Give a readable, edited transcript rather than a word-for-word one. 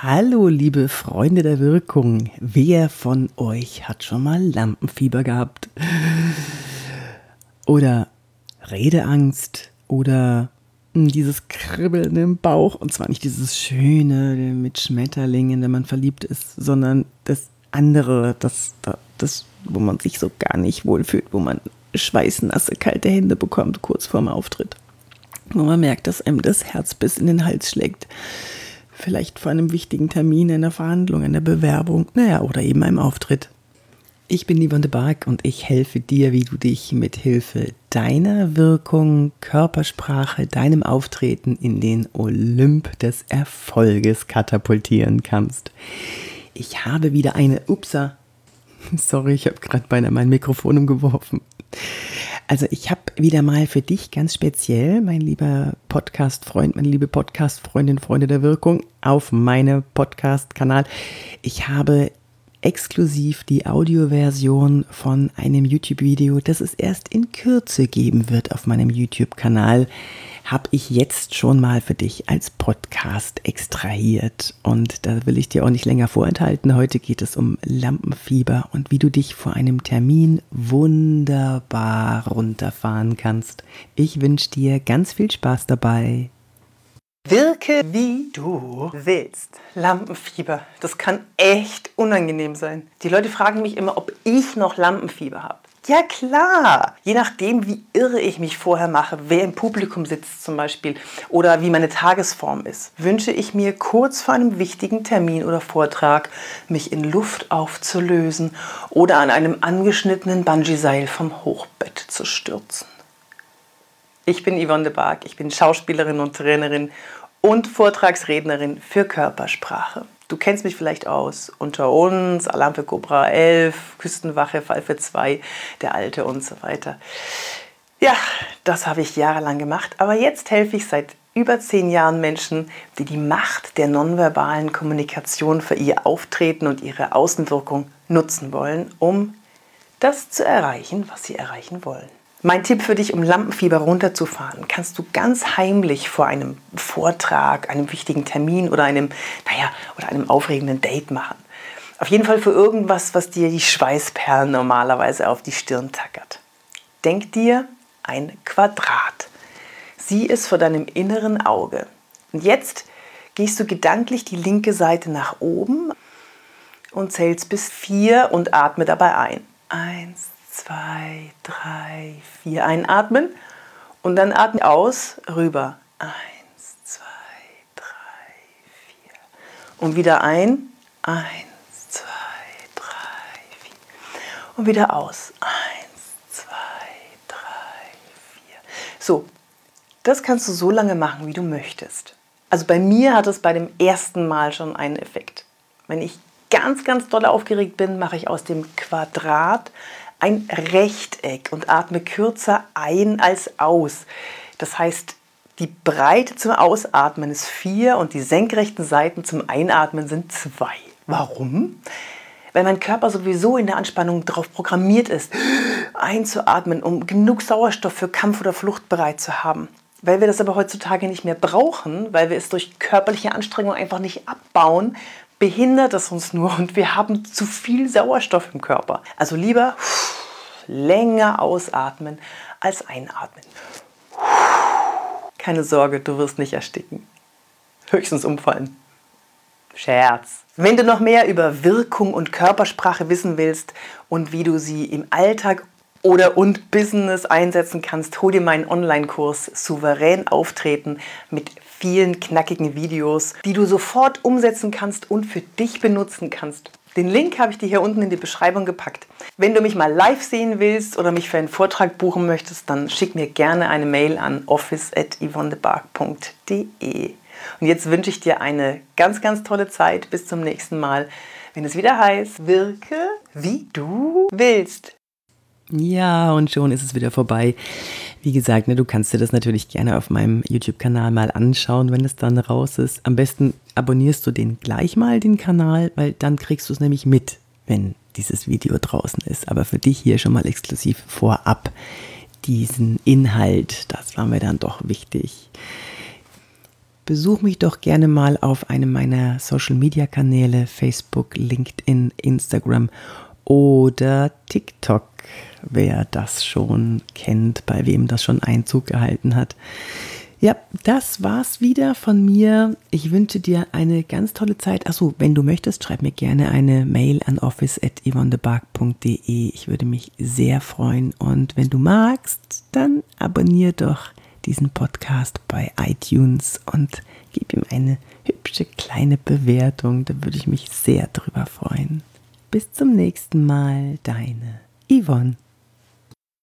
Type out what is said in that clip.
Hallo, liebe Freunde der Wirkung. Wer von euch hat schon mal Lampenfieber gehabt? Oder Redeangst? Oder dieses Kribbeln im Bauch? Und zwar nicht dieses Schöne mit Schmetterlingen, wenn man verliebt ist, sondern das andere, das wo man sich so gar nicht wohlfühlt, wo man schweißnasse, kalte Hände bekommt kurz vorm Auftritt. Wo man merkt, dass einem das Herz bis in den Hals schlägt. Vielleicht vor einem wichtigen Termin, einer Verhandlung, einer Bewerbung, oder eben einem Auftritt. Ich bin Yvonne de Barg und ich helfe dir, wie du dich mit Hilfe deiner Wirkung, Körpersprache, deinem Auftreten in den Olymp des Erfolges katapultieren kannst. Ich habe wieder ich habe gerade beinahe mein Mikrofon umgeworfen. Also ich habe wieder mal für dich ganz speziell, mein lieber Podcast-Freund, meine liebe Podcast-Freundin, Freunde der Wirkung, auf meinem Podcast-Kanal. Ich habe exklusiv die Audioversion von einem YouTube-Video, das es erst in Kürze geben wird auf meinem YouTube-Kanal, habe ich jetzt schon mal für dich als Podcast extrahiert. Und da will ich dir auch nicht länger vorenthalten. Heute geht es um Lampenfieber und wie du dich vor einem Termin wunderbar runterfahren kannst. Ich wünsche dir ganz viel Spaß dabei. Wirke, wie du willst. Lampenfieber, das kann echt unangenehm sein. Die Leute fragen mich immer, ob ich noch Lampenfieber habe. Ja klar, je nachdem, wie irre ich mich vorher mache, wer im Publikum sitzt zum Beispiel oder wie meine Tagesform ist, wünsche ich mir kurz vor einem wichtigen Termin oder Vortrag, mich in Luft aufzulösen oder an einem angeschnittenen Bungee-Seil vom Hochbett zu stürzen. Ich bin Yvonne de Barg, ich bin Schauspielerin und Trainerin und Vortragsrednerin für Körpersprache. Du kennst mich vielleicht aus Unter uns, Alarm für Cobra 11, Küstenwache, Fall für 2, Der Alte und so weiter. Ja, das habe ich jahrelang gemacht, aber jetzt helfe ich seit über 10 Jahren Menschen, die die Macht der nonverbalen Kommunikation für ihr Auftreten und ihre Außenwirkung nutzen wollen, um das zu erreichen, was sie erreichen wollen. Mein Tipp für dich, um Lampenfieber runterzufahren, kannst du ganz heimlich vor einem Vortrag, einem wichtigen Termin oder einem aufregenden Date machen. Auf jeden Fall für irgendwas, was dir die Schweißperlen normalerweise auf die Stirn tackert. Denk dir ein Quadrat. Sieh es vor deinem inneren Auge. Und jetzt gehst du gedanklich die linke Seite nach oben und zählst bis 4 und atme dabei ein. 1, 2, 3, 4. Einatmen und dann atmen aus, rüber. 1, 2, 3, 4. Und wieder ein. 1, 2, 3, 4. Und wieder aus. 1, 2, 3, 4. So, das kannst du so lange machen, wie du möchtest. Also bei mir hat es bei dem ersten Mal schon einen Effekt. Wenn ich ganz, ganz doll aufgeregt bin, mache ich aus dem Quadrat ein Rechteck und atme kürzer ein als aus. Das heißt, die Breite zum Ausatmen ist 4 und die senkrechten Seiten zum Einatmen sind 2. Warum? Weil mein Körper sowieso in der Anspannung darauf programmiert ist, einzuatmen, um genug Sauerstoff für Kampf oder Flucht bereit zu haben. Weil wir das aber heutzutage nicht mehr brauchen, weil wir es durch körperliche Anstrengung einfach nicht abbauen, behindert es uns nur und wir haben zu viel Sauerstoff im Körper. Also lieber länger ausatmen als einatmen. Keine Sorge, du wirst nicht ersticken. Höchstens umfallen. Scherz. Wenn du noch mehr über Wirkung und Körpersprache wissen willst und wie du sie im Alltag und Business einsetzen kannst, hol dir meinen Online-Kurs Souverän auftreten mit vielen knackigen Videos, die du sofort umsetzen kannst und für dich benutzen kannst. Den Link habe ich dir hier unten in die Beschreibung gepackt. Wenn du mich mal live sehen willst oder mich für einen Vortrag buchen möchtest, dann schick mir gerne eine Mail an office@yvonnedebarg.de. Und jetzt wünsche ich dir eine ganz, ganz tolle Zeit. Bis zum nächsten Mal, wenn es wieder heißt, wirke wie du willst. Ja, und schon ist es wieder vorbei. Wie gesagt, du kannst dir das natürlich gerne auf meinem YouTube-Kanal mal anschauen, wenn es dann raus ist. Am besten abonnierst du den gleich mal, den Kanal, weil dann kriegst du es nämlich mit, wenn dieses Video draußen ist. Aber für dich hier schon mal exklusiv vorab diesen Inhalt, das war mir dann doch wichtig. besuch mich doch gerne mal auf einem meiner Social-Media-Kanäle, Facebook, LinkedIn, Instagram oder TikTok, wer das schon kennt, bei wem das schon Einzug gehalten hat. Ja, das war's wieder von mir. Ich wünsche dir eine ganz tolle Zeit. Achso, wenn du möchtest, schreib mir gerne eine Mail an office@yvonnebark.de. Ich würde mich sehr freuen. Und wenn du magst, dann abonnier doch diesen Podcast bei iTunes und gib ihm eine hübsche kleine Bewertung. Da würde ich mich sehr drüber freuen. Bis zum nächsten Mal, deine Yvonne.